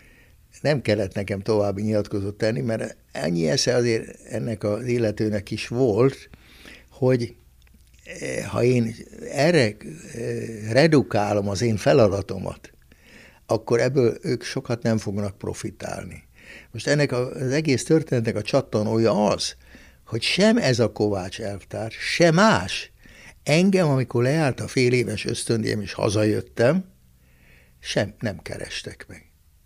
Nem kellett nekem további nyilatkozatot tenni, mert ennyi esze azért ennek az illetőnek is volt, hogy ha én erre redukálom az én feladatomat, akkor ebből ők sokat nem fognak profitálni. Most ennek az egész történetnek a csattanója az, hogy sem ez a Kovács elvtárs, sem más. Engem, amikor lejárt a fél éves ösztöndíjam és hazajöttem, sem nem kerestek meg.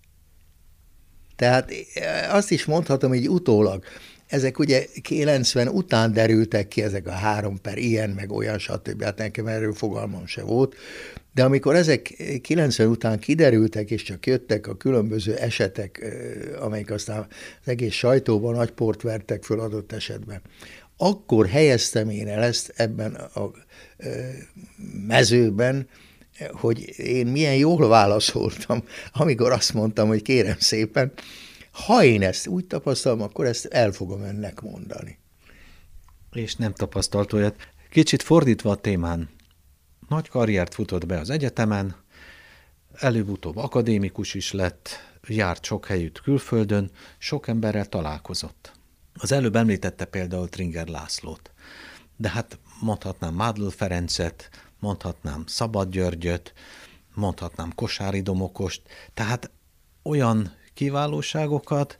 Tehát azt is mondhatom, hogy utólag, ezek ugye kilencven után derültek ki, ezek a három per ilyen, meg olyan, stb. Hát nekem erről fogalmam se volt, de amikor ezek kilencven után kiderültek, és csak jöttek a különböző esetek, amelyek aztán az egész sajtóban nagy port vertek föl adott esetben, akkor helyeztem én el ezt ebben a mezőben, hogy én milyen jól válaszoltam, amikor azt mondtam, hogy kérem szépen, ha én ezt úgy tapasztalom, akkor ezt el fogom önnek mondani. És nem tapasztalt olyat. Kicsit fordítva a témán, nagy karriert futott be az egyetemen, előbb-utóbb akadémikus is lett, járt sok helyütt külföldön, sok emberrel találkozott. Az előbb említette például Tringer Lászlót, de hát mondhatnám Mádl Ferencet, mondhatnám Szabad Györgyöt, mondhatnám Kosári Domokost, tehát olyan kiválóságokat,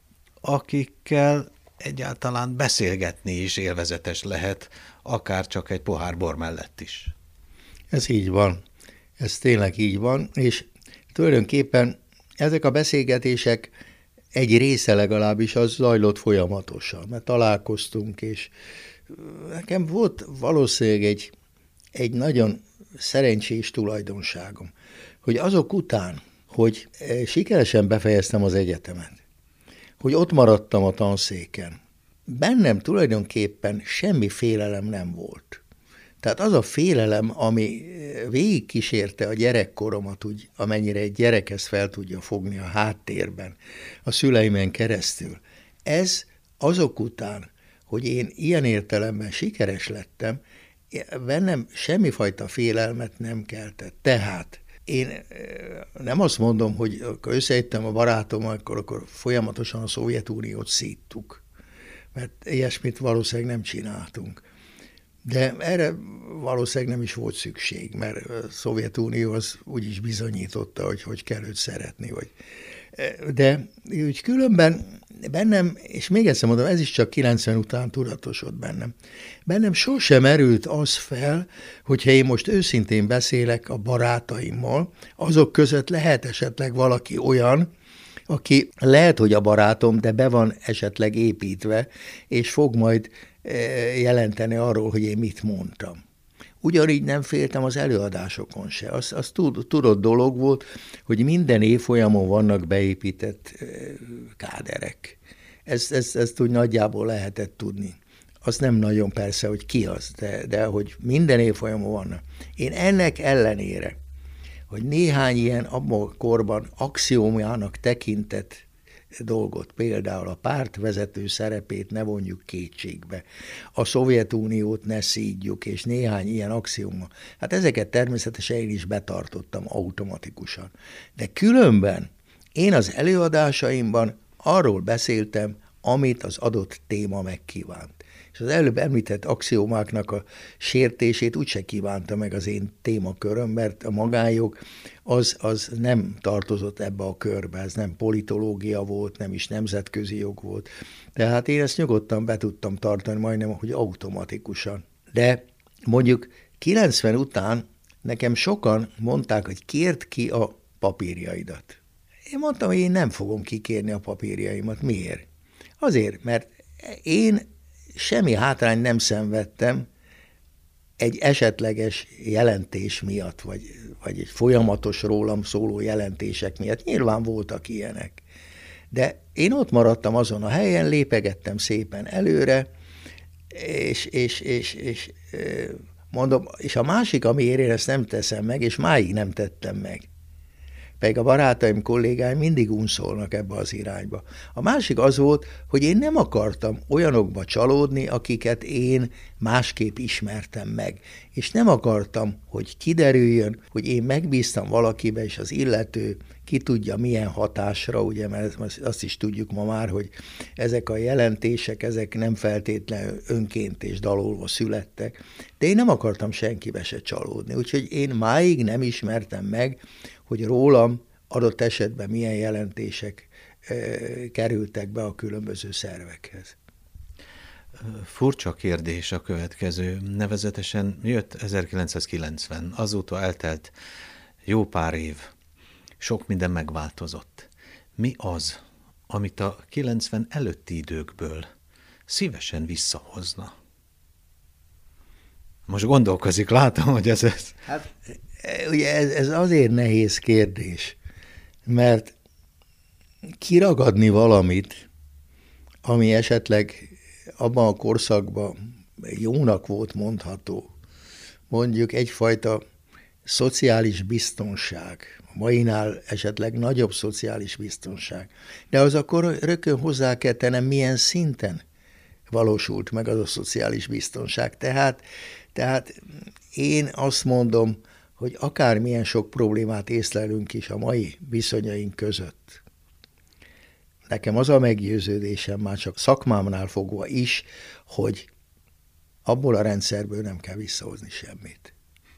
akikkel egyáltalán beszélgetni is élvezetes lehet, akár csak egy pohár bor mellett is. Ez így van. Ez tényleg így van, és tulajdonképpen ezek a beszélgetések egy része legalábbis az zajlott folyamatosan, mert találkoztunk, és nekem volt valószínűleg egy, egy nagyon szerencsés tulajdonságom, hogy azok után, hogy sikeresen befejeztem az egyetemet, hogy ott maradtam a tanszéken, bennem tulajdonképpen semmi félelem nem volt. Tehát az a félelem, ami végigkísérte a gyerekkoromat, úgy, amennyire egy gyerek ezt fel tudja fogni a háttérben, a szüleimen keresztül, ez azok után, hogy én ilyen értelemben sikeres lettem, bennem semmifajta félelmet nem keltett. Tehát én nem azt mondom, hogy akkor összejöttem a barátommal, akkor, akkor folyamatosan a Szovjetuniót szíttuk, mert ilyesmit valószínűleg nem csináltunk. De erre valószínűleg nem is volt szükség, mert a Szovjetunió az úgy is bizonyította, hogy hogy kell őt szeretni. Vagy. De úgy különben bennem, és még egyszer mondom, ez is csak kilencven után tudatosodott bennem, bennem sosem erült az fel, hogyha én most őszintén beszélek a barátaimmal, azok között lehet esetleg valaki olyan, aki lehet, hogy a barátom, de be van esetleg építve, és fog majd jelenteni arról, hogy én mit mondtam. Ugyanígy nem féltem az előadásokon se. Az, az tudott dolog volt, hogy minden évfolyamon vannak beépített káderek. Ezt, ezt, ezt úgy nagyjából lehetett tudni. Az nem nagyon persze, hogy ki az, de, de hogy minden évfolyamon vannak. Én ennek ellenére, hogy néhány ilyen abban a korban axiómának tekintett dolgot, például a pártvezető szerepét ne vonjuk kétségbe, a Szovjetuniót ne szídjuk, és néhány ilyen axióma. Hát ezeket természetesen én is betartottam automatikusan. De különben én az előadásaimban arról beszéltem, amit az adott téma megkívánt. És az előbb említett axiómáknak a sértését úgyse kívánta meg az én témaköröm, mert a magánjog az, az nem tartozott ebbe a körbe, ez nem politológia volt, nem is nemzetközi jog volt. Tehát én ezt nyugodtan be tudtam tartani, majdnem, hogy automatikusan. De mondjuk kilencven után nekem sokan mondták, hogy kérd ki a papírjaidat. Én mondtam, hogy én nem fogom kikérni a papírjaimat. Miért? Azért, mert én semmi hátrányt nem szenvedtem egy esetleges jelentés miatt, vagy, vagy egy folyamatos rólam szóló jelentések miatt. Nyilván voltak ilyenek. De én ott maradtam azon a helyen, lépegettem szépen előre, és, és, és, és mondom, és a másik, amiért én ezt nem teszem meg, és máig nem tettem meg. Pedig a barátaim, kollégáim mindig unszolnak ebbe az irányba. A másik az volt, hogy én nem akartam olyanokba csalódni, akiket én másképp ismertem meg. És nem akartam, hogy kiderüljön, hogy én megbíztam valakibe, és az illető ki tudja milyen hatásra, ugye, mert azt is tudjuk ma már, hogy ezek a jelentések, ezek nem feltétlenül önként és dalolva születtek. De én nem akartam senkibe se csalódni. Úgyhogy én máig nem ismertem meg, hogy rólam adott esetben milyen jelentések e, kerültek be a különböző szervekhez. Furcsa kérdés a következő. Nevezetesen jött ezerkilencszázkilencven, azóta eltelt jó pár év. Sok minden megváltozott. Mi az, amit a kilencven előtti időkből szívesen visszahozna? Most gondolkozik, látom, hogy ez... ez... Hát, ugye ez, ez azért nehéz kérdés, mert kiragadni valamit, ami esetleg abban a korszakban jónak volt mondható, mondjuk egyfajta szociális biztonság, a mainál esetleg nagyobb szociális biztonság, de az akkor rögtön hozzá kell tennem, milyen szinten valósult meg az a szociális biztonság. Tehát, tehát én azt mondom, hogy akármilyen sok problémát észlelünk is a mai viszonyaink között. Nekem az a meggyőződésem már csak szakmámnál fogva is, hogy abból a rendszerből nem kell visszahozni semmit.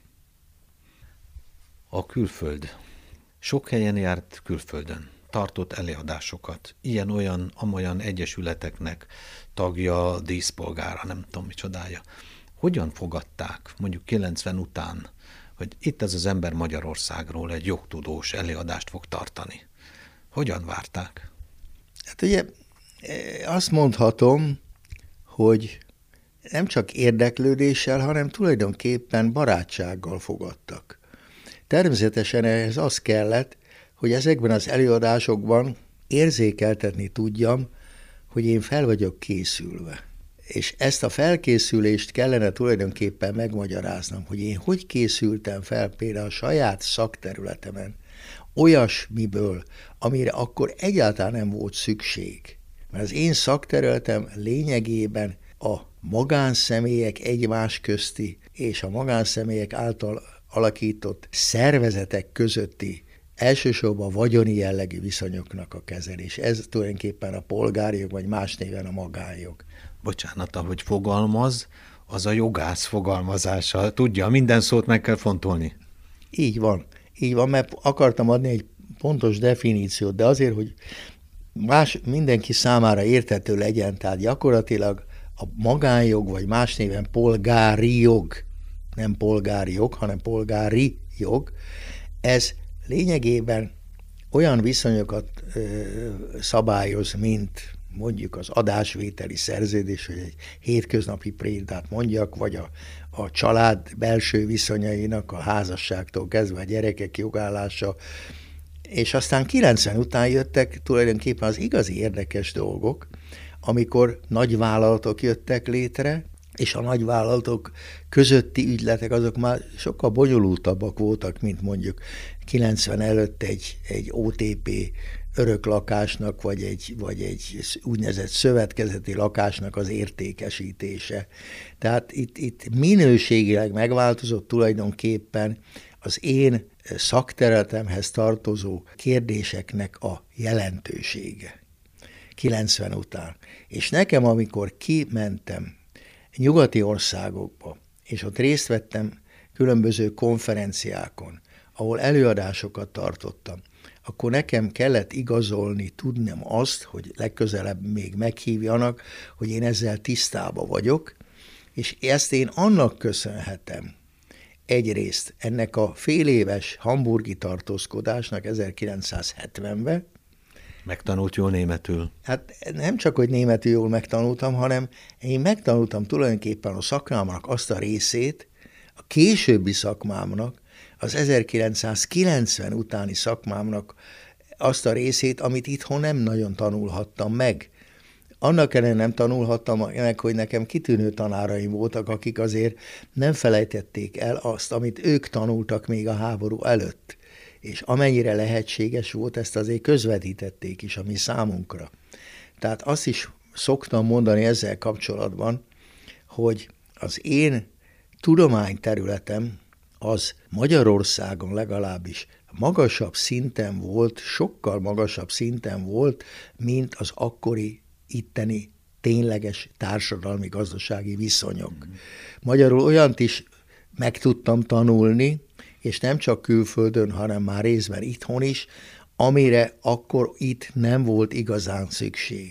A külföld. Sok helyen járt külföldön, tartott előadásokat, ilyen-olyan, amolyan egyesületeknek tagja, díszpolgára, nem tudom micsodája. Hogyan fogadták, mondjuk kilencven után, hogy itt ez az ember Magyarországról egy jogtudós előadást fog tartani? Hogyan várták? Hát ugye azt mondhatom, hogy nem csak érdeklődéssel, hanem tulajdonképpen barátsággal fogadtak. Természetesen ehhez az kellett, hogy ezekben az előadásokban érzékeltetni tudjam, hogy én fel vagyok készülve. És ezt a felkészülést kellene tulajdonképpen megmagyaráznom, hogy én hogy készültem fel például a saját szakterületemen olyasmiből, amire akkor egyáltalán nem volt szükség. Mert az én szakterületem lényegében a magánszemélyek egymás közti és a magánszemélyek által alakított szervezetek közötti elsősorban vagyoni jellegű viszonyoknak a kezelés. Ez tulajdonképpen a polgárjog, vagy más néven a magánjog. Bocsánat, ahogy fogalmaz, az a jogász fogalmazása. Tudja, minden szót meg kell fontolni. Így van. Így van, mert akartam adni egy pontos definíciót, de azért, hogy más, mindenki számára érthető legyen, tehát gyakorlatilag a magánjog, vagy más néven polgári jog, nem polgári jog, hanem polgári jog, ez lényegében olyan viszonyokat ö, szabályoz, mint mondjuk az adásvételi szerződés, hogy egy hétköznapi példát mondjak, vagy a, a család belső viszonyainak, a házasságtól kezdve a gyerekek jogállása, és aztán kilencven után jöttek tulajdonképpen az igazi érdekes dolgok, amikor nagyvállalatok jöttek létre, és a nagyvállalatok közötti ügyletek azok már sokkal bonyolultabbak voltak, mint mondjuk kilencven előtt egy, egy o té pé öröklakásnak, vagy egy, vagy egy úgynevezett szövetkezeti lakásnak az értékesítése. Tehát itt, itt minőségileg megváltozott tulajdonképpen az én szakterületemhez tartozó kérdéseknek a jelentősége kilencven után. És nekem, amikor kimentem nyugati országokba, és ott részt vettem különböző konferenciákon, ahol előadásokat tartottam, akkor nekem kellett igazolni, tudnom azt, hogy legközelebb még meghívjanak, hogy én ezzel tisztában vagyok, és ezt én annak köszönhetem, egyrészt ennek a féléves hamburgi tartózkodásnak ezerkilencszázhetvenben. Megtanult jól németül? Hát nem csak, hogy németül jól megtanultam, hanem én megtanultam tulajdonképpen a szakmámnak azt a részét, a későbbi szakmámnak, az ezerkilencszázkilencven utáni szakmámnak azt a részét, amit itthon nem nagyon tanulhattam meg. Annak ellenére nem tanulhattam meg, hogy nekem kitűnő tanáraim voltak, akik azért nem felejtették el azt, amit ők tanultak még a háború előtt. És amennyire lehetséges volt, ezt azért közvetítették is a mi számunkra. Tehát azt is szoktam mondani ezzel kapcsolatban, hogy az én tudományterületem az Magyarországon legalábbis magasabb szinten volt, sokkal magasabb szinten volt, mint az akkori itteni tényleges társadalmi-gazdasági viszonyok. Mm. Magyarul olyant is meg tudtam tanulni, és nem csak külföldön, hanem már részben itthon is, amire akkor itt nem volt igazán szükség.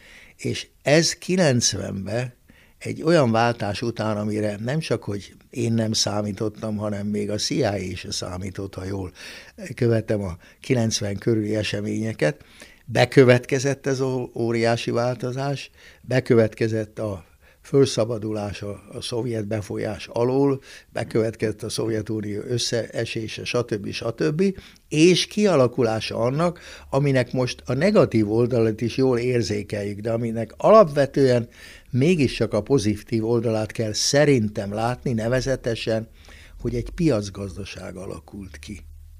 És ez kilencvenben egy olyan váltás után, amire nem csak, hogy én nem számítottam, hanem még a C I A se számított, ha jól követem a kilencven körüli eseményeket, bekövetkezett ez az óriási változás, bekövetkezett a fölszabadulás a, a szovjet befolyás alól, bekövetkezett a Szovjetunió összeesése, stb. stb. És kialakulása annak, aminek most a negatív oldalat is jól érzékeljük, de aminek alapvetően mégiscsak a pozitív oldalát kell szerintem látni, nevezetesen, hogy egy piacgazdaság alakult ki.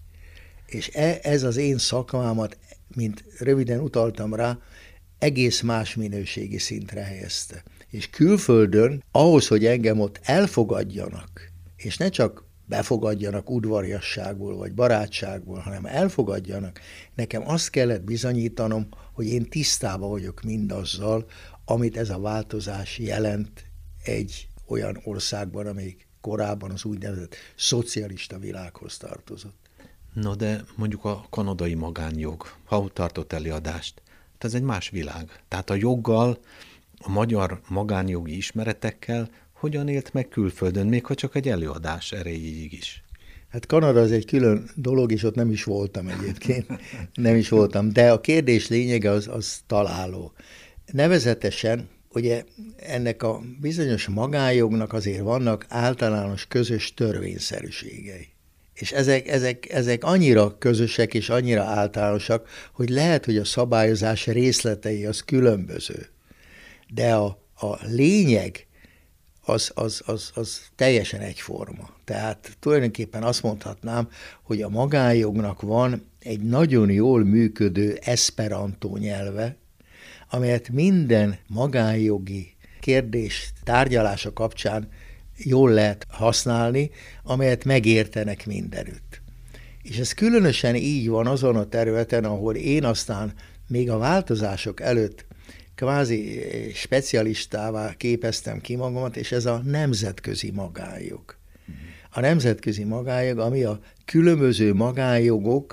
És ez az én szakmámat, mint röviden utaltam rá, egész más minőségi szintre helyezte. És külföldön, ahhoz, hogy engem ott elfogadjanak, és ne csak befogadjanak udvariasságból vagy barátságból, hanem elfogadjanak, nekem azt kellett bizonyítanom, hogy én tisztában vagyok mindazzal, amit ez a változás jelent egy olyan országban, amelyik korábban az úgynevezett szocialista világhoz tartozott. No, de mondjuk a kanadai magánjog, ha ott tartott előadást, ez egy más világ. Tehát a joggal, a magyar magánjogi ismeretekkel hogyan élt meg külföldön, még ha csak egy előadás erejéig is? Hát Kanada az egy külön dolog, és ott nem is voltam egyébként. Nem is voltam, de a kérdés lényege az, az találó. Nevezetesen, ugye ennek a bizonyos magánjognak azért vannak általános közös törvényszerűségei. És ezek, ezek, ezek annyira közösek és annyira általánosak, hogy lehet, hogy a szabályozás részletei az különböző. De a, a lényeg az, az, az, az teljesen egyforma. Tehát tulajdonképpen azt mondhatnám, hogy a magánjognak van egy nagyon jól működő eszperantó nyelve, amelyet minden magánjogi kérdés tárgyalása kapcsán jól lehet használni, amelyet megértenek mindenütt. És ez különösen így van azon a területen, ahol én aztán még a változások előtt kvázi specialistává képeztem ki magamat, és ez a nemzetközi magánjog. A nemzetközi magánjog, ami a különböző magánjogok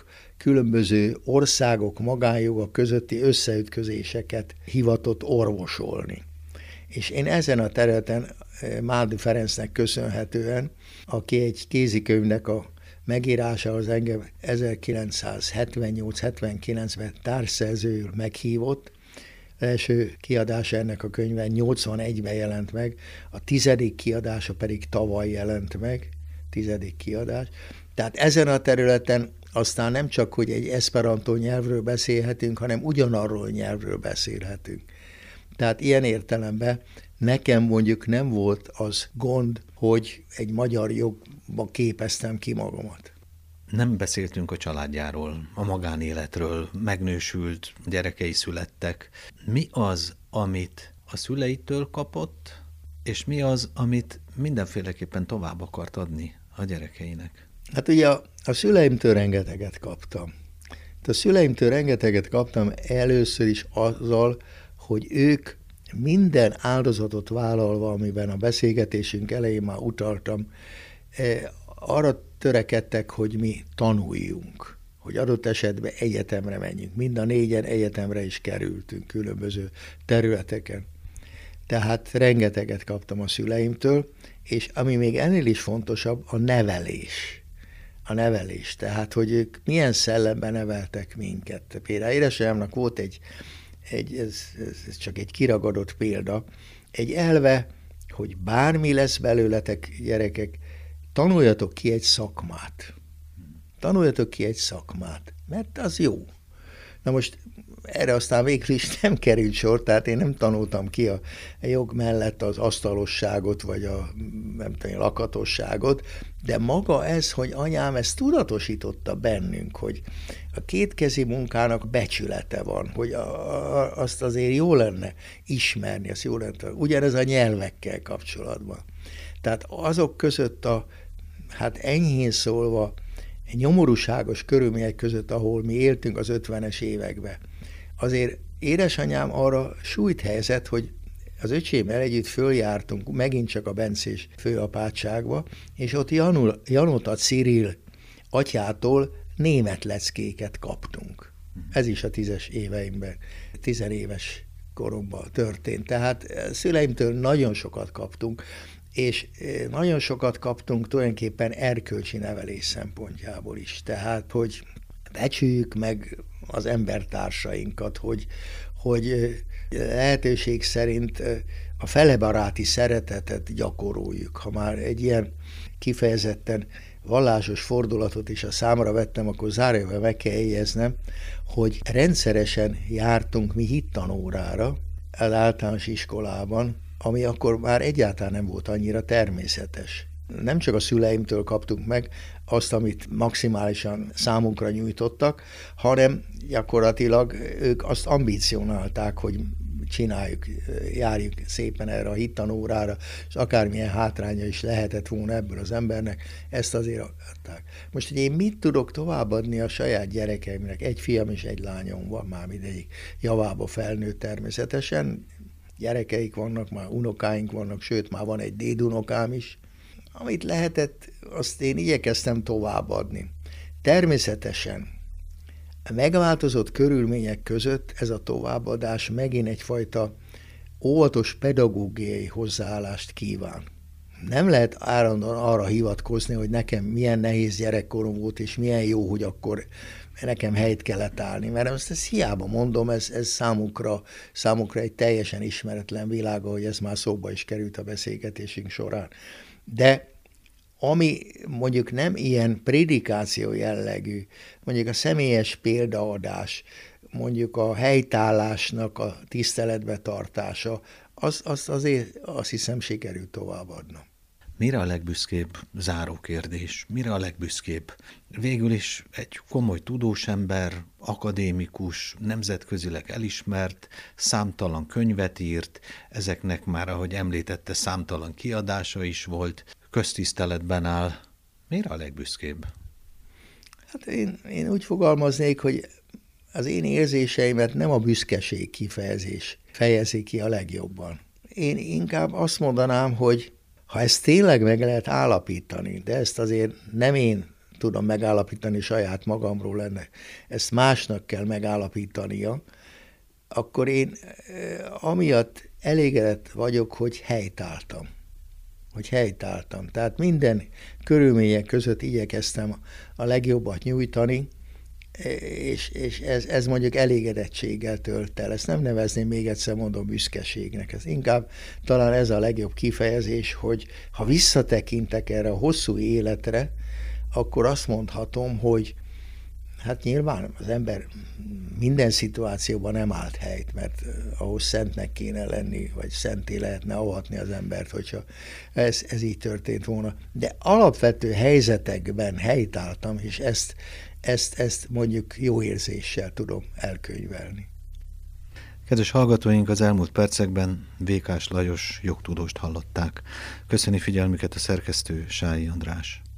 különböző országok magánjogok közötti összeütközéseket hivatott orvosolni. És én ezen a területen Máldi Ferencnek köszönhetően, aki egy kézikönyvnek a megírásához engem ezerkilencszázhetvennyolc hetvenkilencben társszerzőül meghívott. Az első kiadása ennek a könyvben nyolcvanegyben jelent meg, a tizedik kiadása pedig tavaly jelent meg, tizedik kiadás. Tehát ezen a területen aztán nem csak, hogy egy eszperantó nyelvről beszélhetünk, hanem ugyanarról nyelvről beszélhetünk. Tehát ilyen értelemben nekem mondjuk nem volt az gond, hogy egy magyar jogba képeztem ki magamat. Nem beszéltünk a családjáról, a magánéletről, megnősült, gyerekei születtek. Mi az, amit a szüleitől kapott, és mi az, amit mindenféleképpen tovább akart adni a gyerekeinek? Hát ugye a, a szüleimtől rengeteget kaptam. A szüleimtől rengeteget kaptam először is azzal, hogy ők minden áldozatot vállalva, amiben a beszélgetésünk elején már utaltam, arra törekedtek, hogy mi tanuljunk, hogy adott esetben egyetemre menjünk. Mind a négyen egyetemre is kerültünk különböző területeken. Tehát rengeteget kaptam a szüleimtől, és ami még ennél is fontosabb, a nevelés. A nevelés, tehát hogy ők milyen szellemben neveltek minket. Például édesanyámnak volt egy, egy ez, ez csak egy kiragadott példa, egy elve, hogy bármi lesz belőletek, gyerekek, tanuljatok ki egy szakmát. Tanuljatok ki egy szakmát, mert az jó. Na most erre aztán végül is nem került sor, tehát én nem tanultam ki a jog mellett az asztalosságot, vagy a, nem tudom, a lakatosságot, de maga ez, hogy anyám ezt tudatosította bennünk, hogy a kétkezi munkának becsülete van, hogy a, a, azt azért jó lenne ismerni, azt jó lenne. Ugyanez a nyelvekkel kapcsolatban. Tehát azok között a, hát enyhén szólva, nyomorúságos körülmények között, ahol mi éltünk az ötvenes években, azért édesanyám arra súlyt helyezett, hogy az öcsémmel együtt följártunk megint csak a bencés főapátságba, és ott Janul, Janota Cyril atyától német leckéket kaptunk. Ez is a tízes éveimben, tizenéves koromban történt. Tehát szüleimtől nagyon sokat kaptunk, és nagyon sokat kaptunk tulajdonképpen erkölcsi nevelés szempontjából is. Tehát, hogy becsüljük meg az embertársainkat, hogy, hogy lehetőség szerint a felebaráti szeretetet gyakoroljuk. Ha már egy ilyen kifejezetten vallásos fordulatot is a számra vettem, akkor zárójelben meg kell jegyeznem, hogy rendszeresen jártunk mi hittanórára az általános iskolában, ami akkor már egyáltalán nem volt annyira természetes. Nem csak a szüleimtől kaptunk meg azt, amit maximálisan számunkra nyújtottak, hanem gyakorlatilag ők azt ambicionálták, hogy csináljuk, járjuk szépen erre a hittanórára, és akármilyen hátránya is lehetett volna ebből az embernek, ezt azért adták. Most, hogy én mit tudok továbbadni a saját gyerekeimnek, egy fiam és egy lányom van, már mindegyik javába felnőtt természetesen, gyerekeik vannak, már unokáink vannak, sőt, már van egy dédunokám is. Amit lehetett, azt én igyekeztem továbbadni. Természetesen a megváltozott körülmények között ez a továbbadás megint egyfajta óvatos pedagógiai hozzáállást kíván. Nem lehet állandóan arra hivatkozni, hogy nekem milyen nehéz gyerekkorom volt, és milyen jó, hogy akkor nekem helyt kellett állni, mert ezt, ezt hiába mondom, ez, ez számukra, számukra egy teljesen ismeretlen világ, hogy ez már szóba is került a beszélgetésünk során. De ami mondjuk nem ilyen prédikáció jellegű, mondjuk a személyes példaadás, mondjuk a helytállásnak a tiszteletbe tartása, az, az azért azt hiszem sikerült továbbadnom. Mire a legbüszkébb záró kérdés? Mire a legbüszkébb? Végül is egy komoly tudós ember, akadémikus, nemzetközileg elismert, számtalan könyvet írt, ezeknek már, ahogy említette, számtalan kiadása is volt, köztiszteletben áll. Mire a legbüszkébb? Hát én, én úgy fogalmaznék, hogy az én érzéseimet nem a büszkeség kifejezés fejezi ki a legjobban. Én inkább azt mondanám, hogy ha ezt tényleg meg lehet állapítani, de ezt azért nem én tudom megállapítani saját magamról lenne, ezt másnak kell megállapítania, akkor én amiatt elégedett vagyok, hogy helytáltam. Hogy helytáltam. Tehát minden körülmények között igyekeztem a legjobbat nyújtani, és, és ez, ez mondjuk elégedettséggel tölt el. Ezt nem nevezném, még egyszer mondom, büszkeségnek. Ez inkább talán ez a legjobb kifejezés, hogy ha visszatekintek erre a hosszú életre, akkor azt mondhatom, hogy hát nyilván az ember minden szituációban nem állt helyt, mert ahhoz szentnek kéne lenni, vagy szenté lehetne avatni az embert, hogyha ez, ez így történt volna. De alapvető helyzetekben helytálltam, és ezt, ezt, ezt mondjuk jó érzéssel tudom elkönyvelni. Kedves hallgatóink, az elmúlt percekben Vékás Lajos jogtudóst hallották. Köszöni figyelmüket a szerkesztő, Sályi András.